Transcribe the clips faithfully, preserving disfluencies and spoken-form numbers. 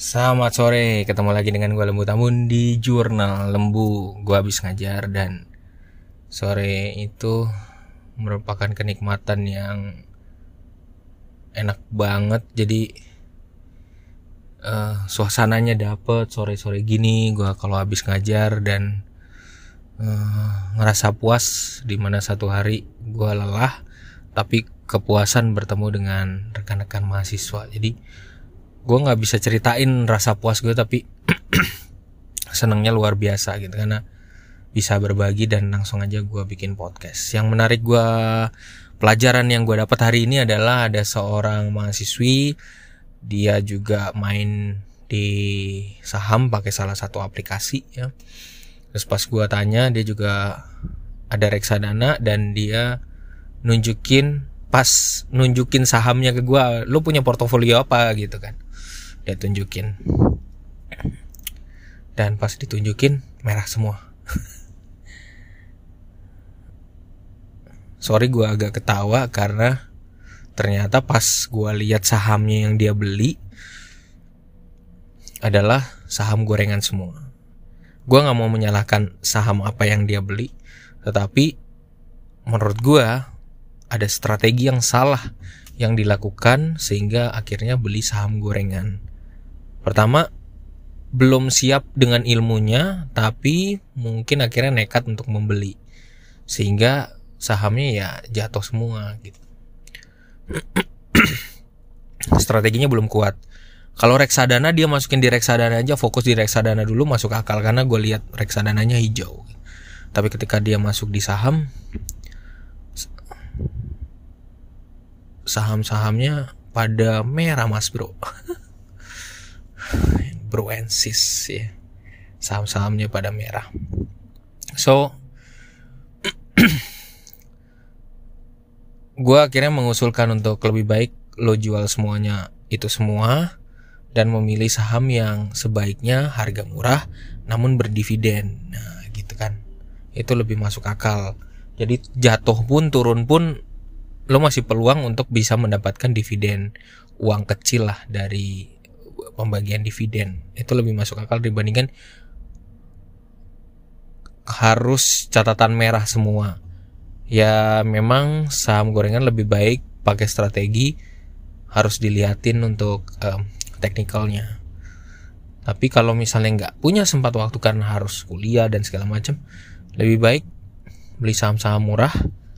Selamat sore, ketemu lagi dengan gue Lembu Tambun di Jurnal Lembu. Gue habis ngajar dan sore itu merupakan kenikmatan yang enak banget. Jadi uh, suasananya dapet sore-sore gini. Gue kalau habis ngajar dan uh, ngerasa puas, dimana satu hari gue lelah, tapi kepuasan bertemu dengan rekan-rekan mahasiswa. Jadi gue nggak bisa ceritain rasa puas gue, tapi senangnya luar biasa gitu karena bisa berbagi dan langsung aja gue bikin podcast. Yang menarik gue, pelajaran yang gue dapat hari ini adalah ada seorang mahasiswi, dia juga main di saham pakai salah satu aplikasi ya. Terus pas gue tanya, dia juga ada reksadana dan dia nunjukin pas nunjukin sahamnya ke gue, lu punya portofolio apa gitu kan. Dia tunjukin, dan pas ditunjukin merah semua. Sorry gue agak ketawa karena ternyata pas gue lihat sahamnya yang dia beli adalah saham gorengan semua. Gue nggak mau menyalahkan saham apa yang dia beli, tetapi menurut gue ada strategi yang salah yang dilakukan sehingga akhirnya beli saham gorengan. Pertama, belum siap dengan ilmunya, tapi mungkin akhirnya nekat untuk membeli, sehingga sahamnya ya jatuh semua gitu. Strateginya belum kuat. Kalau reksadana, dia masukin di reksadana aja, fokus di reksadana dulu, masuk akal karena gue lihat reksadananya hijau. Tapi ketika dia masuk di saham, saham-sahamnya pada merah mas bro. Bro and sis ya, saham-sahamnya pada merah. So gue akhirnya mengusulkan untuk lebih baik lo jual semuanya itu semua dan memilih saham yang sebaiknya harga murah namun berdividen. Nah gitu kan, itu lebih masuk akal. Jadi jatuh pun turun pun lo masih peluang untuk bisa mendapatkan dividen, uang kecil lah dari pembagian dividen. Itu lebih masuk akal dibandingkan harus catatan merah semua. Ya memang saham gorengan lebih baik pakai strategi, harus dilihatin untuk um, teknikalnya. Tapi kalau misalnya nggak punya sempat waktu karena harus kuliah dan segala macam, lebih baik beli saham-saham murah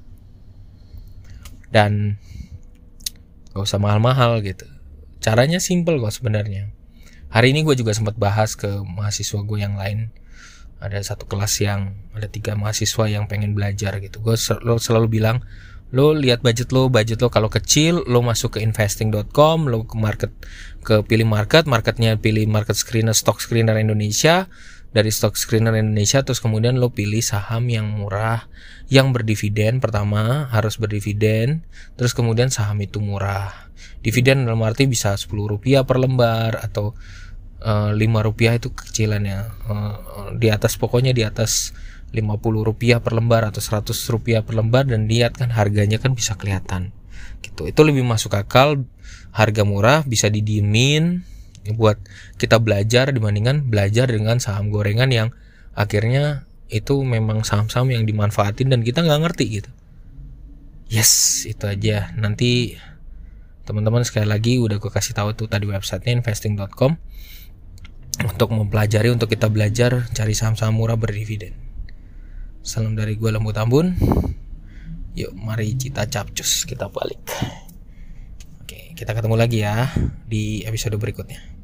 dan gak usah mahal-mahal gitu. Caranya simple kok sebenarnya. Hari ini gue juga sempat bahas ke mahasiswa gue yang lain. Ada satu kelas yang ada tiga mahasiswa yang pengen belajar gitu. Gue sel- selalu bilang, lo lihat budget lo, budget lo kalau kecil, lo masuk ke investing dot com, lo ke market, ke pilih market, marketnya pilih market screener, stock screener Indonesia. Dari stock screener Indonesia, terus kemudian lo pilih saham yang murah, yang berdividen. Pertama harus berdividen, terus kemudian saham itu murah. Dividen dalam arti bisa sepuluh rupiah per lembar atau uh, lima rupiah, itu kecilannya. Uh, di atas, pokoknya di atas lima puluh rupiah per lembar atau seratus rupiah per lembar, dan lihat kan harganya kan bisa kelihatan. Gitu. Itu lebih masuk akal, harga murah bisa didiemin buat kita belajar dibandingkan belajar dengan saham gorengan yang akhirnya itu memang saham-saham yang dimanfaatin dan kita nggak ngerti gitu. Yes, itu aja. Nanti teman-teman sekali lagi udah gue kasih tahu tuh tadi websitenya investing dot com untuk mempelajari, untuk kita belajar cari saham-saham murah berdividen. Salam dari gue Lembu Tambun. Yuk mari kita capcus, kita balik. Oke, kita ketemu lagi ya di episode berikutnya.